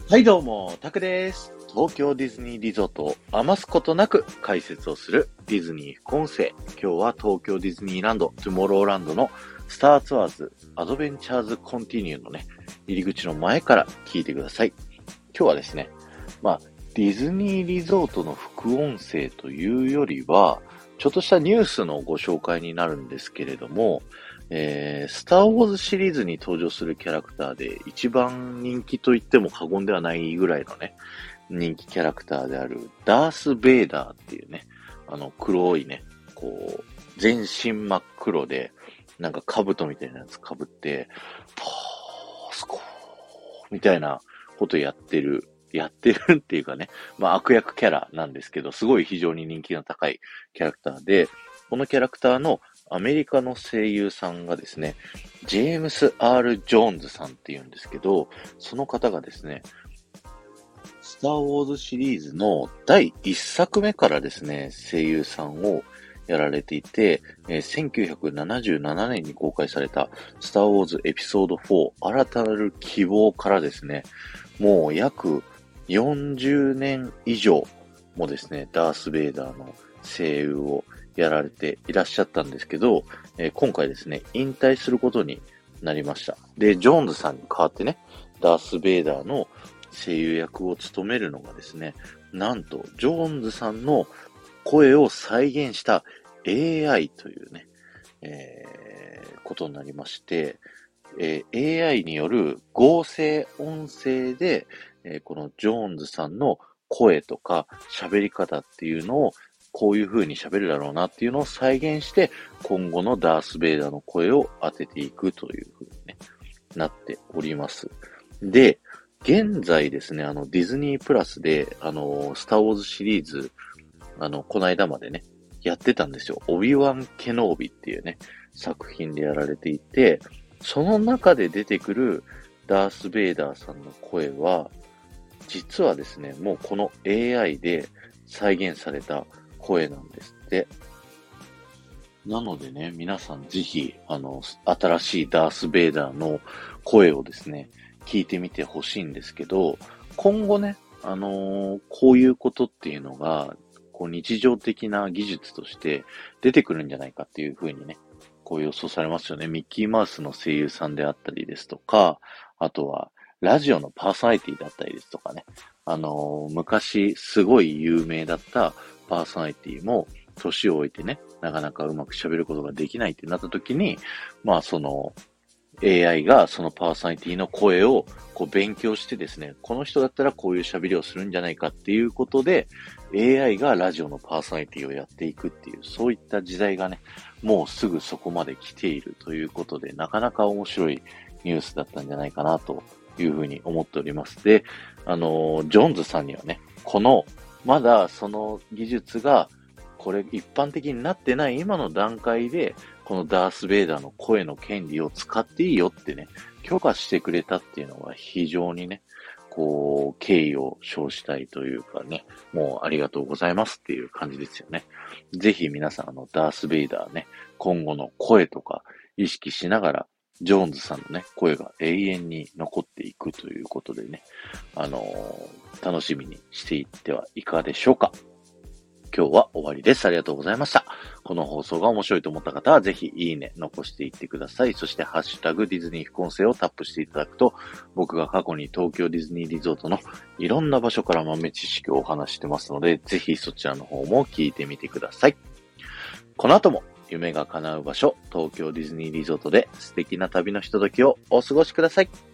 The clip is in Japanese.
はいどうも、タクです。東京ディズニーリゾートを余すことなく解説をするディズニー副音声。今日は東京ディズニーランド、トゥモローランドのスターツアーズアドベンチャーズコンティニューのね、入り口の前から聞いてください。今日はですね、ディズニーリゾートの副音声というよりは、ちょっとしたニュースのご紹介になるんですけれども、スターウォーズシリーズに登場するキャラクターで一番人気と言っても過言ではないぐらいのね、人気キャラクターであるダース・ベイダーっていうね、黒いね、全身真っ黒で、なんか兜みたいなやつ被って、ポースコーみたいなことやってるっていうかね、悪役キャラなんですけど、すごい非常に人気の高いキャラクターで、このキャラクターのアメリカの声優さんがですね、ジェームス・ R・ ジョーンズさんっていうんですけど、その方がですね、スター・ウォーズシリーズの第1作目からですね、声優さんをやられていて、1977年に公開されたスター・ウォーズエピソード4新たなる希望からですね、もう約40年以上もですね、ダース・ベイダーの声優をやられていらっしゃったんですけど、今回ですね、引退することになりました。で、ジョーンズさんに代わってね、ダース・ベイダーの声優役を務めるのがですね、なんと、ジョーンズさんの声を再現した AI というね、ことになりまして、AI による合成音声で、このジョーンズさんの声とか喋り方っていうのをこういう風に喋るだろうなっていうのを再現して、今後のダース・ベイダーの声を当てていくという風にね、なっております。で、現在ですね、ディズニープラスで、スター・ウォーズシリーズ、この間までね、やってたんですよ。オビワン・ケノービっていうね、作品でやられていて、その中で出てくるダース・ベイダーさんの声は、実はですね、もうこの AI で再現された声なんですって。なのでね、皆さんぜひ、新しいダース・ベイダーの声をですね、聞いてみてほしいんですけど、今後ね、こういうことっていうのが、日常的な技術として出てくるんじゃないかっていうふうにね、予想されますよね。ミッキーマウスの声優さんであったりですとか、あとは、ラジオのパーソナリティだったりですとかね、昔すごい有名だったパーソナリティも、年を置いてね、なかなかうまく喋ることができないってなった時に、AI がそのパーソナリティの声を勉強してですね、この人だったらこういう喋りをするんじゃないかっていうことで、AI がラジオのパーソナリティをやっていくっていう、そういった時代がね、もうすぐそこまで来ているということで、なかなか面白いニュースだったんじゃないかなというふうに思っております。で、ジョーンズさんにはね、まだその技術がこれ一般的になってない今の段階で、このダース・ベイダーの声の権利を使っていいよってね、許可してくれたっていうのが非常にね、敬意を表したいというかね、もうありがとうございますっていう感じですよね。ぜひ皆さん、ダース・ベイダーね、今後の声とか意識しながら、ジョーンズさんのね、声が永遠に残っていくということでね、楽しみにしていってはいかがでしょうか。今日は終わりです。ありがとうございました。この放送が面白いと思った方は、ぜひいいね、残していってください。そして、ハッシュタグディズニー副音声をタップしていただくと、僕が過去に東京ディズニーリゾートのいろんな場所から豆知識をお話してますので、ぜひそちらの方も聞いてみてください。この後も夢が叶う場所、東京ディズニーリゾートで素敵な旅のひとときをお過ごしください。